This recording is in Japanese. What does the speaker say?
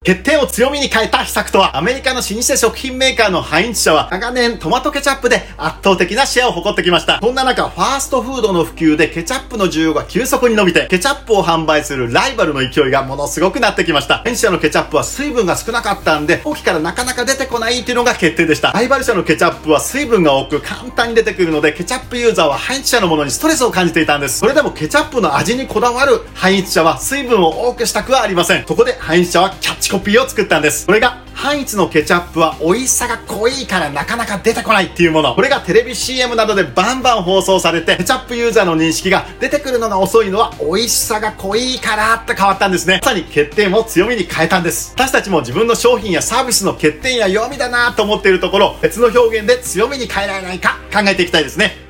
欠点を強みに変えた秘策とは。アメリカの老舗食品メーカーのハインツ社は長年トマトケチャップで圧倒的なシェアを誇ってきました。そんな中、ファーストフードの普及でケチャップの需要が急速に伸びて、ケチャップを販売するライバルの勢いがものすごくなってきました。ハインツ社のケチャップは水分が少なかったんで、陶器からなかなか出てこないっていうのが欠点でした。ライバル社のケチャップは水分が多く簡単に出てくるので、ケチャップユーザーはハインツ社のものにストレスを感じていたんです。それでもケチャップの味にこだわるハインツ社は水分を多くしたくはありません。そこでハインツ社はキャッチコピーを作ったんです。それが、ハインツのケチャップは美味しさが濃いからなかなか出てこないっていうもの。これがテレビ CM などでバンバン放送されて、ケチャップユーザーの認識が出てくるのが遅いのは美味しさが濃いからって変わったんですね。まさに欠点を強みに変えたんです。私たちも自分の商品やサービスの欠点や弱みだなと思っているところ、別の表現で強みに変えられないか考えていきたいですね。